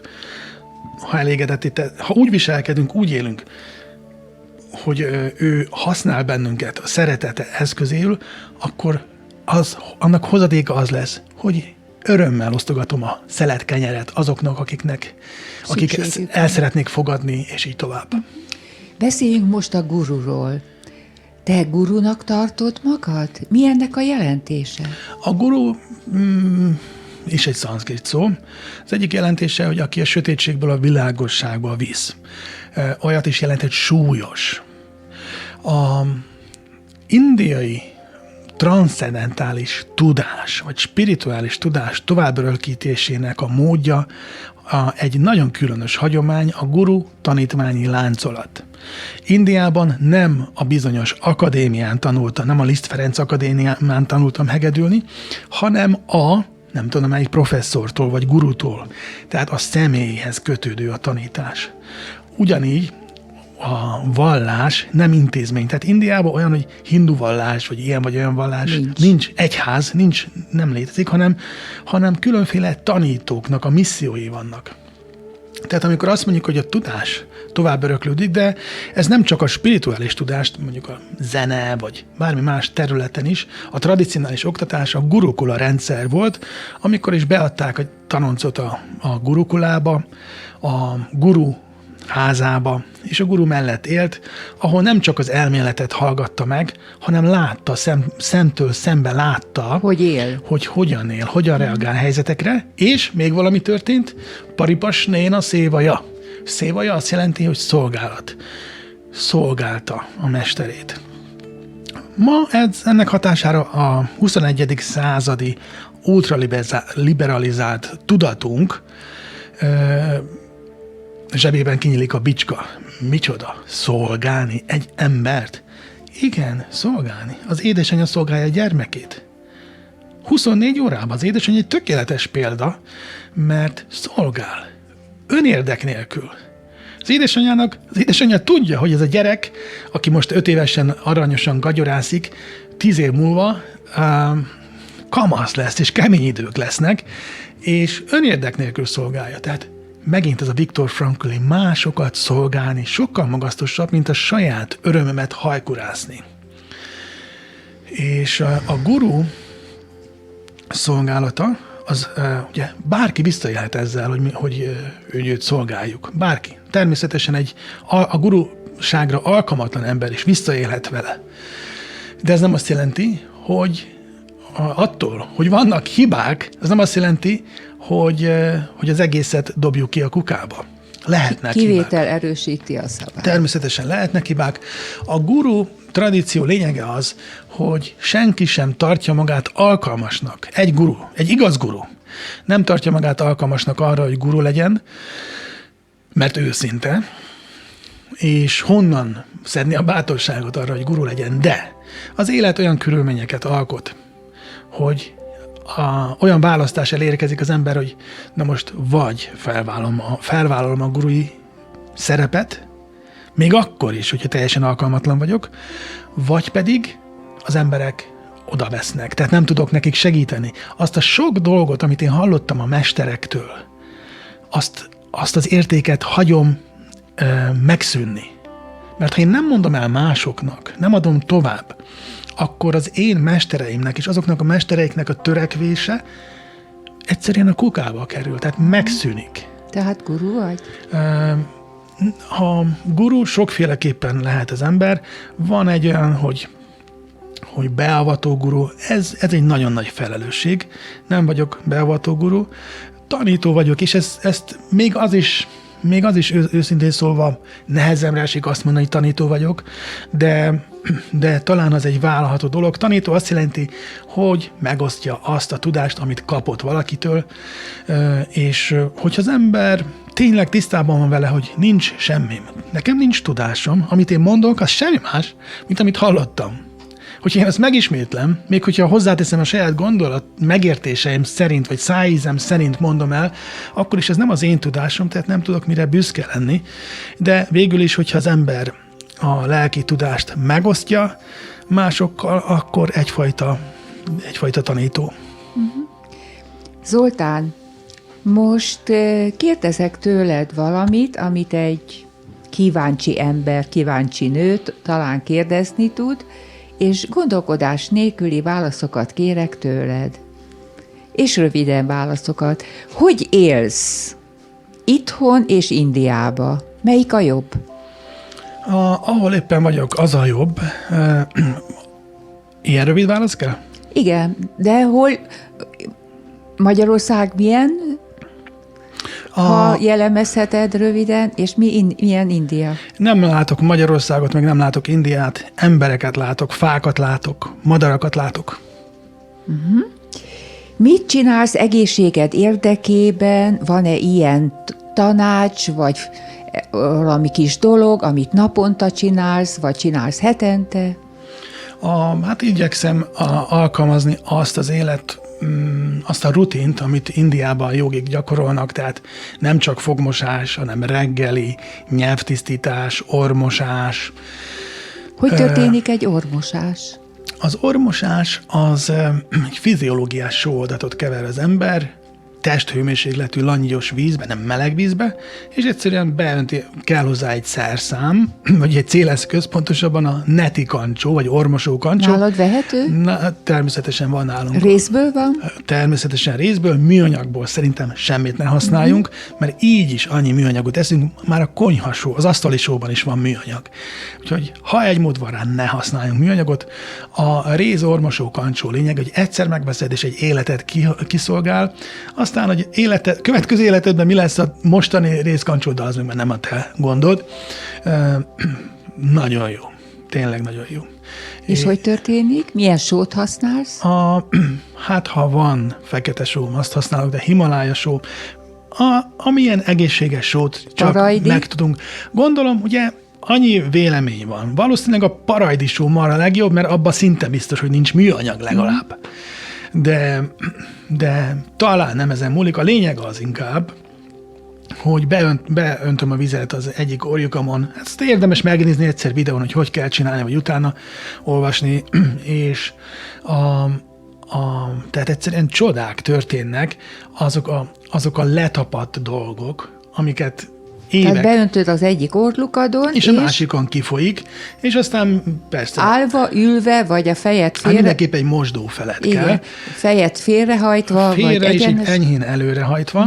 Ha úgy viselkedünk, úgy élünk, hogy ő használ bennünket a szeretete eszközéül, akkor annak hozadéka az lesz, hogy örömmel osztogatom a szelet kenyeret azoknak, akik el szeretnék fogadni, és így tovább. Beszéljünk most a gururól. Te gurunak tartod magad? Mi ennek a jelentése? A guru is egy szanszkrit szó. Az egyik jelentése, hogy aki a sötétségből a világosságba visz. Olyat is jelent, hogy súlyos. A indiai transzcendentális tudás, vagy spirituális tudás továbbörökítésének a módja egy nagyon különös hagyomány, a guru tanítványi láncolat. Indiában nem a bizonyos akadémián tanultam, nem a Liszt Ferenc akadémián tanultam hegedülni, hanem nem tudom melyik professzortól vagy gurutól, tehát a személyhez kötődő a tanítás. Ugyanígy a vallás nem intézmény. Tehát Indiában olyan, hogy hindu vallás, vagy ilyen vagy olyan vallás, nincs egyház, nem létezik, hanem különféle tanítóknak a missziói vannak. Tehát amikor azt mondjuk, hogy a tudás tovább öröklődik, de ez nem csak a spirituális tudást, mondjuk a zene, vagy bármi más területen is, a tradicionális oktatás a gurukula rendszer volt, amikor is beadták a tanoncot a gurukulába, a guru házába, és a guru mellett élt, ahol nem csak az elméletet hallgatta meg, hanem látta, szemtől szembe látta, hogy él. Hogy hogyan él, hogyan reagál helyzetekre, és még valami történt, paripasnéna szévaja. Szévaja azt jelenti, hogy szolgálat. Szolgálta a mesterét. Ma ennek hatására a 21. századi ultraliberalizált tudatunk zsebében kinyílik a bicska. Micsoda? Szolgálni egy embert? Igen, szolgálni. Az édesanyja szolgálja a gyermekét. 24 órában az édesanyja egy tökéletes példa, mert szolgál. Önérdek nélkül. Az édesanyja tudja, hogy ez a gyerek, aki most 5 évesen aranyosan gagyorászik, 10 év múlva kamasz lesz, és kemény idők lesznek, és önérdek nélkül szolgálja. Tehát megint ez a Viktor Frankl, másokat szolgálni sokkal magasztosabb, mint a saját örömömet hajkurászni. És a guru szolgálata, az ugye bárki visszaélhet ezzel, hogy őt szolgáljuk. Bárki. Természetesen a guruságra alkalmatlan ember is visszaélhet vele. De ez nem azt jelenti, hogy attól, hogy vannak hibák, ez nem azt jelenti, hogy az egészet dobjuk ki a kukába. Lehetnek Kivétel hibák. erősíti a szabályt. Természetesen lehetnek hibák. A guru tradíció lényege az, hogy senki sem tartja magát alkalmasnak. Egy igaz guru nem tartja magát alkalmasnak arra, hogy guru legyen, mert őszinte, és honnan szedni a bátorságot arra, hogy guru legyen. De az élet olyan körülményeket alkot, hogy olyan választás elé érkezik az ember, hogy na most vagy felvállalom a gurui szerepet, még akkor is, hogyha teljesen alkalmatlan vagyok, vagy pedig az emberek oda vesznek, tehát nem tudok nekik segíteni. Azt a sok dolgot, amit én hallottam a mesterektől, azt az értéket hagyom megszűnni. Mert ha én nem mondom el másoknak, nem adom tovább, akkor az én mestereimnek és azoknak a mestereiknek a törekvése egyszerűen a kukába kerül, tehát megszűnik. Tehát guru vagy? Ha guru, sokféleképpen lehet az ember. Van egy olyan, hogy beavató guru, ez egy nagyon nagy felelősség. Nem vagyok beavató guru, tanító vagyok, és ezt még az is őszintén szólva nehezemre esik azt mondani, hogy tanító vagyok, de talán az egy vállalható dolog. Tanító azt jelenti, hogy megosztja azt a tudást, amit kapott valakitől, és hogyha az ember tényleg tisztában van vele, hogy nincs semmim, nekem nincs tudásom, amit én mondok, az semmi más, mint amit hallottam. Hogyha én ezt megismétlem, még hogyha hozzáteszem a saját gondolat megértéseim szerint, vagy szájízem szerint mondom el, akkor is ez nem az én tudásom, tehát nem tudok mire büszke lenni, de végül is, hogyha az ember a lelki tudást megosztja másokkal, akkor egyfajta tanító. Zoltán, most kérdezek tőled valamit, amit egy kíváncsi ember, kíváncsi nőt talán kérdezni tud, és gondolkodás nélküli válaszokat kérek tőled. És röviden válaszokat. Hogy élsz? Itthon és Indiába. Melyik a jobb? Ahol éppen vagyok, az a jobb. Ilyen rövid válasz kell? Igen, de hol... Magyarország milyen? Ha jellemezheted röviden, és milyen India? Nem látok Magyarországot, meg nem látok Indiát, embereket látok, fákat látok, madarakat látok. Mit csinálsz egészséged érdekében? Van-e ilyen tanács, vagy valami kis dolog, amit naponta csinálsz, vagy csinálsz hetente? Hát igyekszem alkalmazni azt azt a rutint, amit Indiában a jogik gyakorolnak, tehát nem csak fogmosás, hanem reggeli, nyelvtisztítás, ormosás. Hogy történik egy ormosás? Az ormosás az egy fiziológiás sóoldatot kever az ember, testhőmérsékletű langyos vízbe, nem meleg vízbe, és egyszerűen kell hozzá egy szerszám, vagy egy céleszköz, pontosabban a neti kancsó, vagy ormosó kancsó. Nálad vehető? Természetesen van nálunk. Részből van? Természetesen részből, műanyagból szerintem semmit ne használjunk, mert így is annyi műanyagot eszünk, már a konyhasó, az asztali sóban is van műanyag. Úgyhogy ha egy modvarán ne használjunk műanyagot, a rézormosó kancsó lényeg, hogy egyszer megveszed és egy életet kiszolgál, aztán, hogy következő életedben mi lesz a mostani részkancsóddal, az meg nem a te gondod. Nagyon jó. Tényleg nagyon jó. És hogy történik? Milyen sót használsz? Hát, ha van fekete sóm, azt használok, de Himalája só, amilyen egészséges sót csak meg tudunk. Gondolom, ugye, annyi vélemény van. Valószínűleg a parajdi só mar a legjobb, mert abban szinte biztos, hogy nincs műanyag legalább. De talán nem ezen múlik. A lényeg az inkább, hogy beöntöm a vizet az egyik orjukamon. Ezt érdemes megnézni egyszer videón, hogy kell csinálni, vagy utána olvasni, és tehát egyszerűen csodák történnek, azok a letapadt dolgok, amiket évek... Tehát beöntöd az egyik orlukadon, és a másikon kifolyik, és aztán persze... Állva, ülve, vagy a fejed félre... mindenképp egy mosdó felett kell. Fejed félrehajtva, félre vagy egyenes... és enyhén előrehajtva.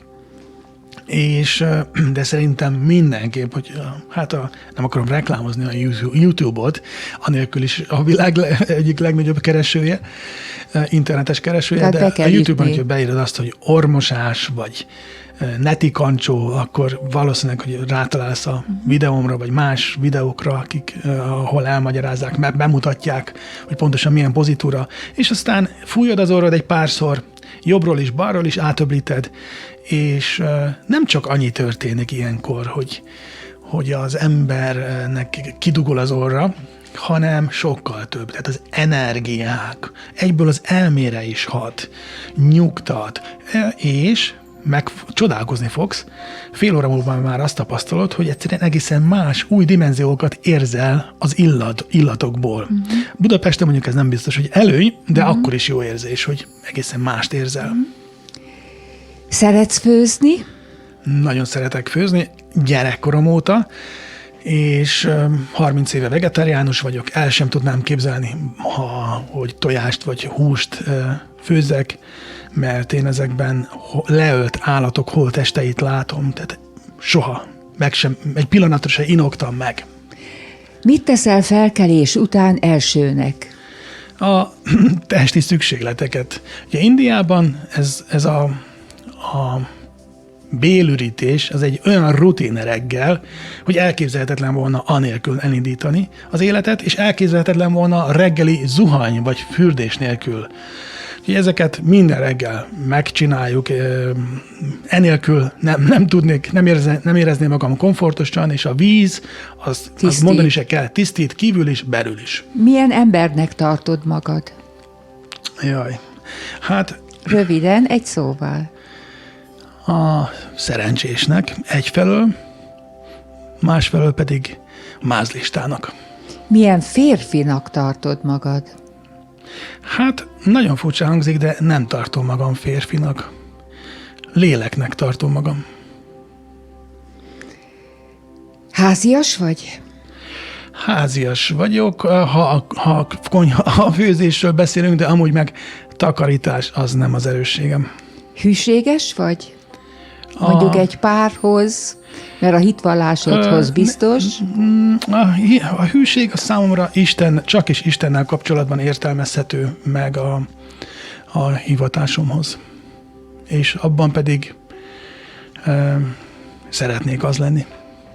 És, de szerintem mindenképp, hogy nem akarom reklámozni a YouTube-ot, anélkül is a világ egyik legnagyobb keresője, internetes keresője, de a YouTube-on, hogyha beírod azt, hogy ormosás, vagy neti kancsó, akkor valószínűleg, hogy rátalálsz a videómra, vagy más videókra, ahol elmagyarázzák, bemutatják, hogy pontosan milyen pozitúra, és aztán fújod az orrod egy párszor, jobbról is, balról is átöblíted, és nem csak annyi történik ilyenkor, hogy az embernek kidugol az orra, hanem sokkal több. Tehát az energiák, egyből az elmére is hat, nyugtat, és csodálkozni fogsz, fél óra múlva már azt tapasztalod, hogy egyszerűen egészen más, új dimenziókat érzel az illatokból. Uh-huh. Budapesten mondjuk ez nem biztos, hogy előny, de akkor is jó érzés, hogy egészen mást érzel. Uh-huh. Szeretsz főzni? Nagyon szeretek főzni, gyerekkorom óta, és 30 éve vegetáriánus vagyok, el sem tudnám képzelni, hogy tojást vagy húst főzzek, mert én ezekben leölt állatok holttesteit látom, tehát soha, egy pillanatra se inoktam meg. Mit teszel felkelés után elsőnek? A testi szükségleteket. Ugye Indiában ez a bélürítés, az egy olyan rutin reggel, hogy elképzelhetetlen volna anélkül elindítani az életet, és elképzelhetetlen volna reggeli zuhany vagy fürdés nélkül. Úgyhogy ezeket minden reggel megcsináljuk, enélkül nem tudnék, nem érezném magam komfortosan, és a víz, az mondani se kell, tisztít kívül is, belül is. Milyen embernek tartod magad? Jaj, hát... Röviden, egy szóval. A szerencsésnek egyfelől, másfelől pedig mázlistának. Milyen férfinak tartod magad? Hát nagyon furcsa hangzik, de nem tartom magam férfinak. Léleknek tartom magam. Házias vagy? Házias vagyok, ha főzésről beszélünk, de amúgy meg takarítás az nem az erősségem. Hűséges vagy? Mondjuk egy párhoz, mert a hitvallásodhoz biztos. A hűség a számomra csak is Istennel kapcsolatban értelmezhető meg a hivatásomhoz. És abban pedig szeretnék az lenni.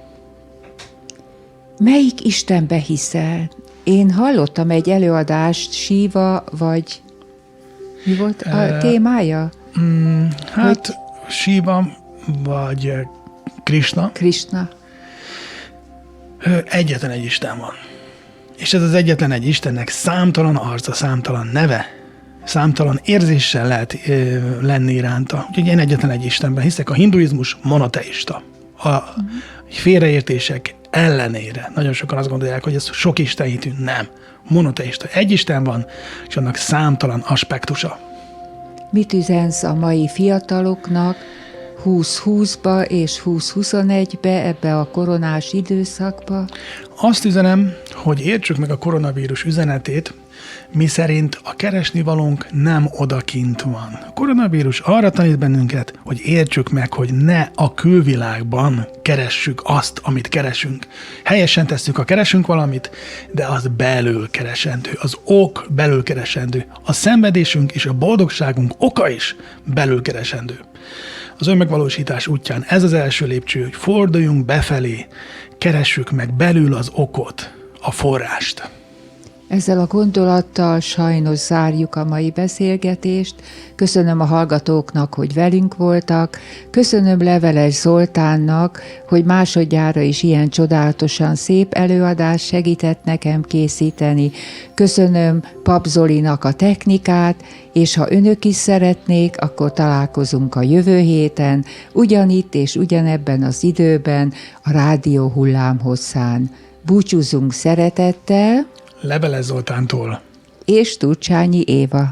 Melyik Istenbe hiszel? Én hallottam egy előadást, Síva, vagy mi volt a témája? Hát Síva, vagy Krishna. Krishna. Egyetlen egy Isten van. És ez az egyetlen egy Istennek számtalan arca, számtalan neve, számtalan érzéssel lehet lenni iránta. Úgyhogy én egyetlen egy Istenben hiszek. A hinduizmus monoteista. A félreértések ellenére. Nagyon sokan azt gondolják, hogy ez sok istenhitű. Nem. Monoteista. Egy Isten van, és annak számtalan aspektusa. Mit üzensz a mai fiataloknak 2020-ba és 2021-be, ebbe a koronás időszakba? Azt üzenem, hogy értsük meg a koronavírus üzenetét, miszerint a keresnivalónk nem odakint van. A koronavírus arra tanít bennünket, hogy értsük meg, hogy ne a külvilágban keressük azt, amit keresünk. Helyesen tesszük, ha keresünk valamit, de az belül keresendő. Az ok belül keresendő. A szenvedésünk és a boldogságunk oka is belül keresendő. Az önmegvalósítás útján ez az első lépcső, hogy forduljunk befelé, keressük meg belül az okot, a forrást. Ezzel a gondolattal sajnos zárjuk a mai beszélgetést. Köszönöm a hallgatóknak, hogy velünk voltak. Köszönöm Leveles Zoltánnak, hogy másodjára is ilyen csodálatosan szép előadást segített nekem készíteni. Köszönöm Pap Zolinak a technikát, és ha önök is szeretnék, akkor találkozunk a jövő héten, ugyanitt és ugyanebben az időben a rádió hullámhosszán. Búcsúzunk szeretettel, Leveles Zoltántól és Turcsányi Éva.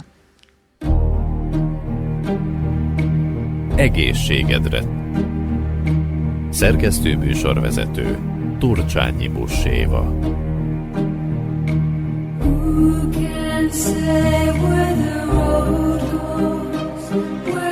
Egészségedre. Szerkesztő műsorvezető Turcsányi Éva. Who can say where the road goes?